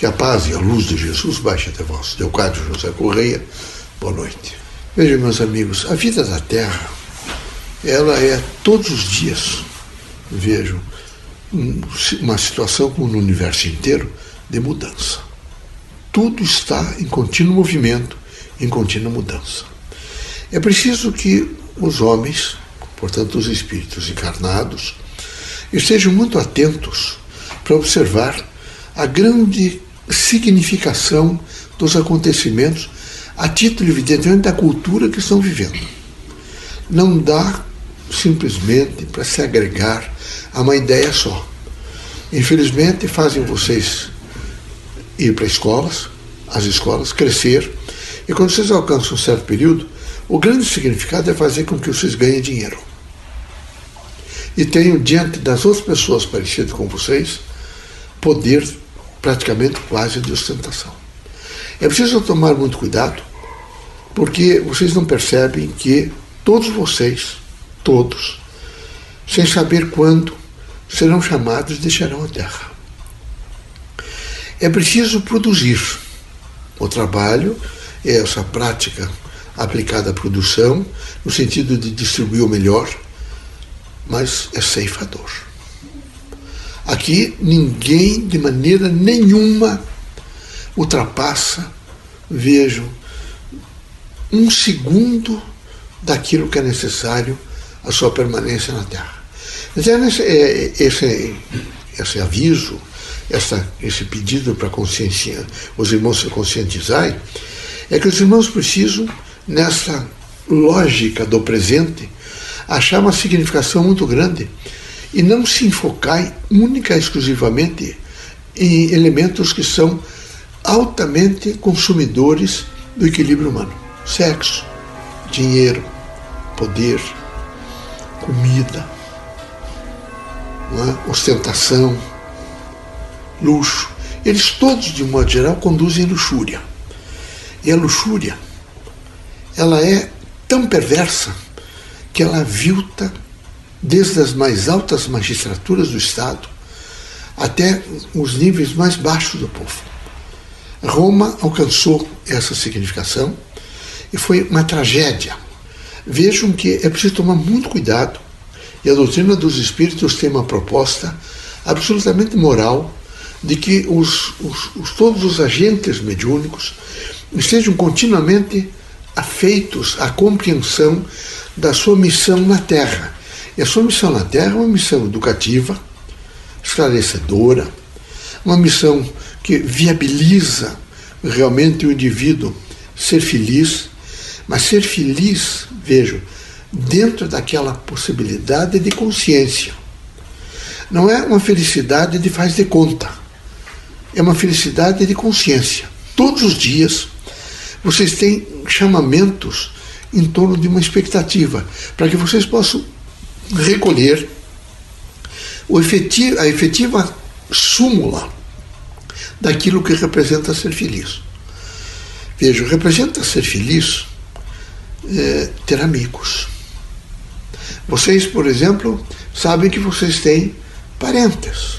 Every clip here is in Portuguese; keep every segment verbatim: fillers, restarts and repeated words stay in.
Que a paz e a luz de Jesus baixe até vós. Leocádio José Correia, boa noite. Vejam, meus amigos, a vida da Terra, ela é todos os dias, vejam, uma situação como no universo inteiro de mudança. Tudo está em contínuo movimento, em contínua mudança. É preciso que os homens, portanto os espíritos encarnados, estejam muito atentos para observar a grande significação dos acontecimentos a título, evidentemente, da cultura que estão vivendo. Não dá simplesmente para se agregar a uma ideia só. Infelizmente, fazem vocês ir para escolas, as escolas, crescer, e quando vocês alcançam um certo período, o grande significado é fazer com que vocês ganhem dinheiro. E tenham, diante das outras pessoas parecidas com vocês, poder praticamente quase de ostentação. É preciso tomar muito cuidado, porque vocês não percebem que todos vocês, todos, sem saber quando, serão chamados e deixarão a Terra. É preciso produzir. O trabalho é essa prática aplicada à produção, no sentido de distribuir o melhor, mas é ceifador. Aqui ninguém, de maneira nenhuma, ultrapassa, vejam, um segundo daquilo que é necessário à sua permanência na Terra. Então, esse, esse, esse aviso, essa, esse pedido para consciência, os irmãos se conscientizarem, é que os irmãos precisam, nessa lógica do presente, achar uma significação muito grande e não se enfocar única e exclusivamente em elementos que são altamente consumidores do equilíbrio humano. Sexo, dinheiro, poder, comida, não é? Ostentação, luxo. Eles todos, de um modo geral, conduzem luxúria. E a luxúria, ela é tão perversa que ela avilta desde as mais altas magistraturas do Estado até os níveis mais baixos do povo. Roma alcançou essa significação e foi uma tragédia. Vejam que é preciso tomar muito cuidado, e a doutrina dos espíritos tem uma proposta absolutamente moral de que os, os, os, todos os agentes mediúnicos estejam continuamente afeitos à compreensão da sua missão na Terra. E a sua missão na Terra é uma missão educativa, esclarecedora, uma missão que viabiliza realmente o indivíduo ser feliz, mas ser feliz, vejo, dentro daquela possibilidade de consciência. Não é uma felicidade de faz de conta, é uma felicidade de consciência. Todos os dias vocês têm chamamentos em torno de uma expectativa, para que vocês possam recolher o efetivo, a efetiva súmula daquilo que representa ser feliz. Veja, representa ser feliz é, ter amigos. Vocês, por exemplo, sabem que vocês têm parentes.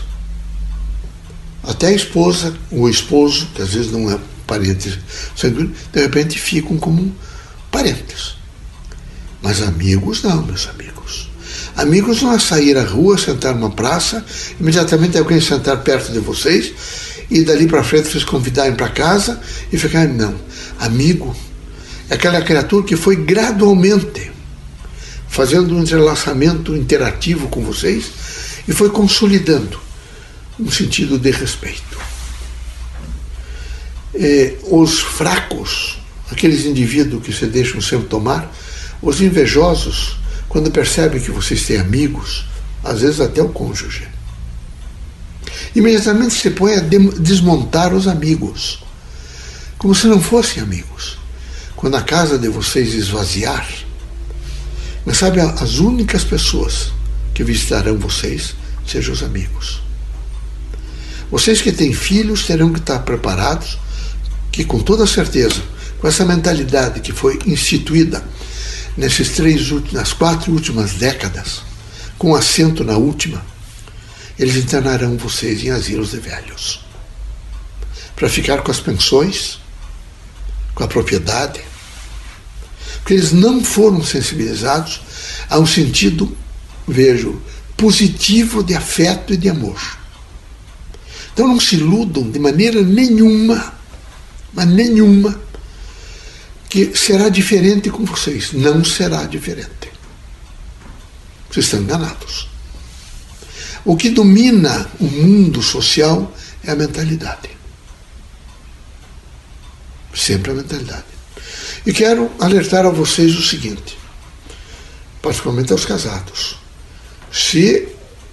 Até a esposa, ou o esposo, que às vezes não é parente sanguíneo, de repente ficam como parentes. Mas amigos não, meus amigos. Amigos não é sair à rua, sentar numa praça, imediatamente alguém sentar perto de vocês e dali para frente vocês convidarem para casa e ficarem, não. Amigo é aquela criatura que foi gradualmente fazendo um entrelaçamento interativo com vocês e foi consolidando um sentido de respeito. E os fracos, aqueles indivíduos que se deixam sempre tomar, os invejosos, quando percebem que vocês têm amigos, às vezes até o cônjuge, imediatamente se põe a desmontar os amigos, como se não fossem amigos. Quando a casa de vocês esvaziar, mas sabe, as únicas pessoas que visitarão vocês sejam os amigos. Vocês que têm filhos terão que estar preparados, que com toda certeza, com essa mentalidade que foi instituída nesses três, nas quatro últimas décadas, com acento na última, eles internarão vocês em asilos de velhos. para ficar com as pensões, com a propriedade, porque eles não foram sensibilizados a um sentido, vejo, positivo de afeto e de amor. Então não se iludam de maneira nenhuma, mas nenhuma, que será diferente com vocês. Não será diferente. Vocês estão enganados. O que domina o mundo social é a mentalidade. Sempre a mentalidade. E quero alertar a vocês o seguinte, particularmente aos casados. Se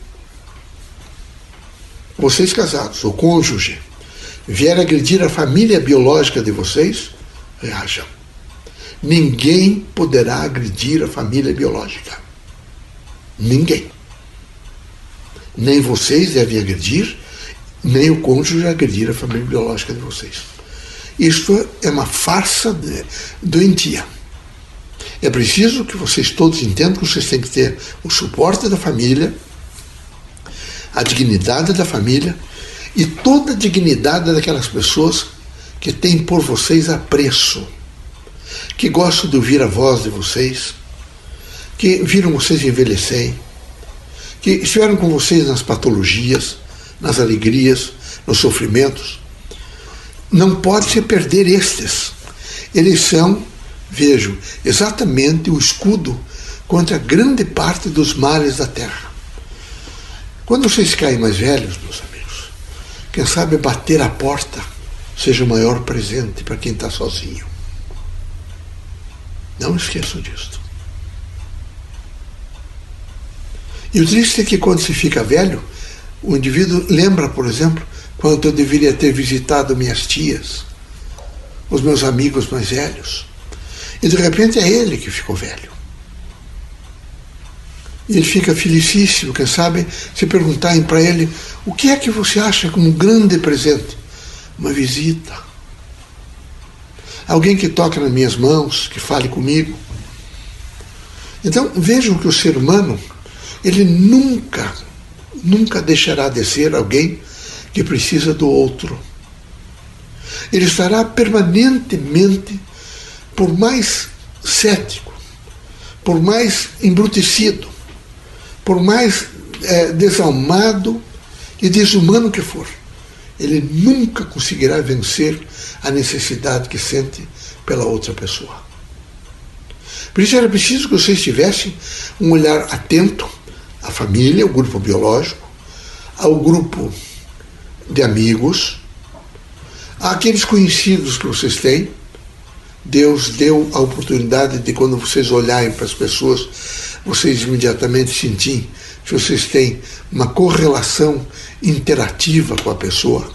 vocês casados, o cônjuge, vier agredir a família biológica de vocês, reajam. Ninguém poderá agredir a família biológica. Ninguém. Nem vocês devem agredir, nem o cônjuge agredir a família biológica de vocês. Isto é uma farsa de, doentia. É preciso que vocês todos entendam que vocês têm que ter o suporte da família, a dignidade da família e toda a dignidade daquelas pessoas que têm por vocês apreço, que gostam de ouvir a voz de vocês, que viram vocês envelhecerem, que estiveram com vocês nas patologias, nas alegrias, nos sofrimentos. Não pode se perder estes. Eles são, vejo, exatamente o escudo contra grande parte dos males da terra. Quando vocês caem mais velhos, meus amigos, quem sabe bater a porta seja o maior presente para quem está sozinho. Não esqueçam disso. E o triste é que quando se fica velho, o indivíduo lembra, por exemplo, quando eu deveria ter visitado minhas tias, os meus amigos mais velhos. E de repente é ele que ficou velho. E ele fica felicíssimo, quem sabe, se perguntarem para ele, o que é que você acha como um grande presente? Uma visita. Alguém que toque nas minhas mãos, que fale comigo. Então vejam que o ser humano, ele nunca, nunca deixará de ser alguém que precisa do outro. Ele estará permanentemente, por mais cético, por mais embrutecido, por mais é, desalmado e desumano que for, ele nunca conseguirá vencer a necessidade que sente pela outra pessoa. Por isso era preciso que vocês tivessem um olhar atento à família, ao grupo biológico, ao grupo de amigos, àqueles conhecidos que vocês têm. Deus deu a oportunidade de, quando vocês olharem para as pessoas, vocês imediatamente sentirem que vocês têm uma correlação interativa com a pessoa.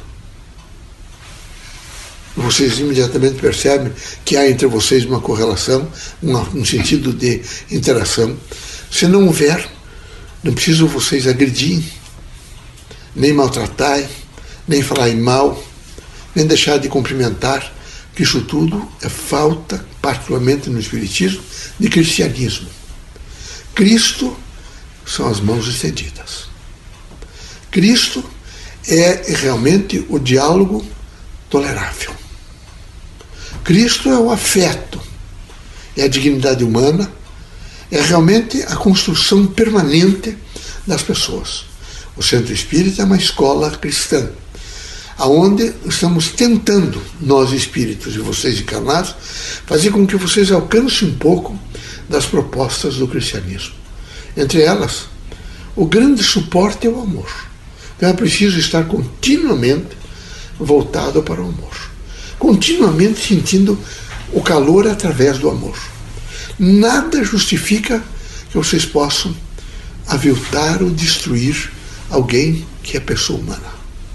Vocês imediatamente percebem que há entre vocês uma correlação, um sentido de interação. Se não houver, não precisam vocês agredir, nem maltratar, nem falar mal, nem deixar de cumprimentar, que isso tudo é falta, particularmente no Espiritismo, de cristianismo. Cristo são as mãos estendidas. Cristo é realmente o diálogo tolerável. Cristo é o afeto, é a dignidade humana, é realmente a construção permanente das pessoas. O Centro Espírita é uma escola cristã, aonde estamos tentando, nós espíritos e vocês encarnados, fazer com que vocês alcancem um pouco das propostas do cristianismo. Entre elas, o grande suporte é o amor. Então é preciso estar continuamente voltado para o amor, continuamente sentindo o calor através do amor. Nada justifica que vocês possam aviltar ou destruir alguém que é pessoa humana.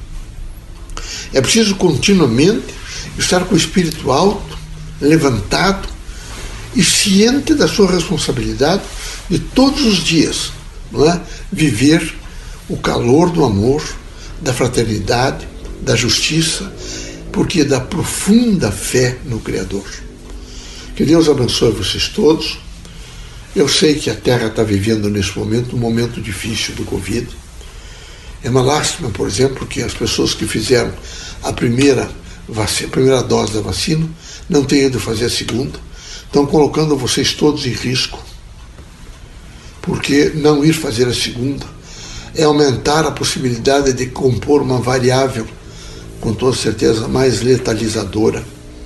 É preciso continuamente estar com o espírito alto, levantado e ciente da sua responsabilidade de todos os dias, não é? Viver o calor do amor, da fraternidade, da justiça, porque da profunda fé no Criador. Que Deus abençoe vocês todos. Eu sei que a Terra está vivendo nesse momento um momento difícil do Covid. É uma lástima, por exemplo, que as pessoas que fizeram a primeira, vacina, a primeira dose da vacina não tenham ido fazer a segunda. Estão colocando vocês todos em risco, porque não ir fazer a segunda é aumentar a possibilidade de compor uma variável, com toda certeza, mais letalizadora.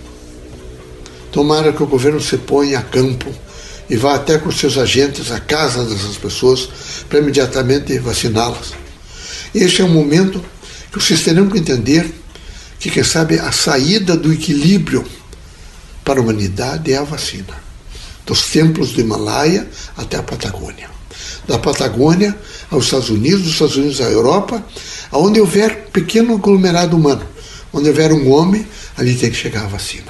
Tomara que o governo se ponha a campo e vá até com seus agentes à casa dessas pessoas para imediatamente vaciná-las. Este é um momento que vocês terão que entender que, quem sabe, a saída do equilíbrio para a humanidade é a vacina. Dos templos do Himalaia até a Patagônia. Da Patagônia aos Estados Unidos, dos Estados Unidos à Europa, aonde houver pequeno aglomerado humano, onde houver um homem, ali tem que chegar a vacina.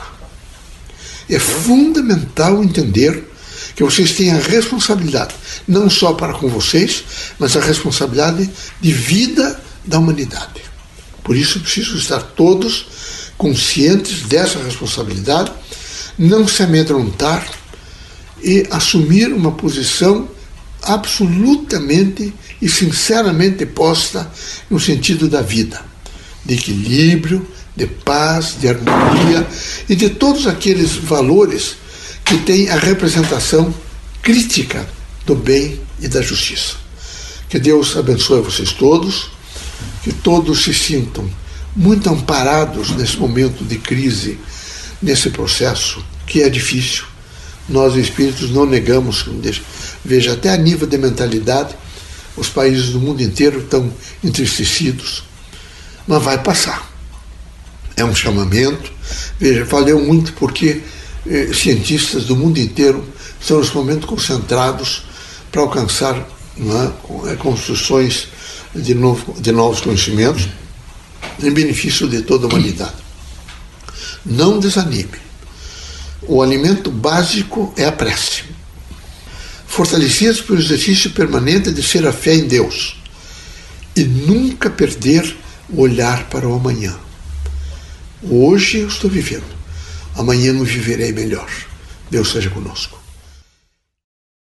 É fundamental entender que vocês têm a responsabilidade, não só para com vocês, mas a responsabilidade de vida da humanidade. Por isso, preciso estar todos conscientes dessa responsabilidade, não se amedrontar e assumir uma posição absolutamente e sinceramente posta no sentido da vida, de equilíbrio, de paz, de harmonia e de todos aqueles valores que têm a representação crítica do bem e da justiça. Que Deus abençoe vocês todos, que todos se sintam muito amparados nesse momento de crise, nesse processo que é difícil. Nós, espíritos, não negamos, veja, até a nível de mentalidade, os países do mundo inteiro estão entristecidos, mas vai passar. É um chamamento, veja, valeu muito porque eh, cientistas do mundo inteiro estão nesse momento concentrados para alcançar, não é, construções de, novo, de novos conhecimentos em benefício de toda a humanidade. Não desanime. O alimento básico é a prece. Fortalecidos pelo exercício permanente de ser a fé em Deus e nunca perder o olhar para o amanhã. Hoje eu estou vivendo, amanhã eu viverei melhor. Deus seja conosco.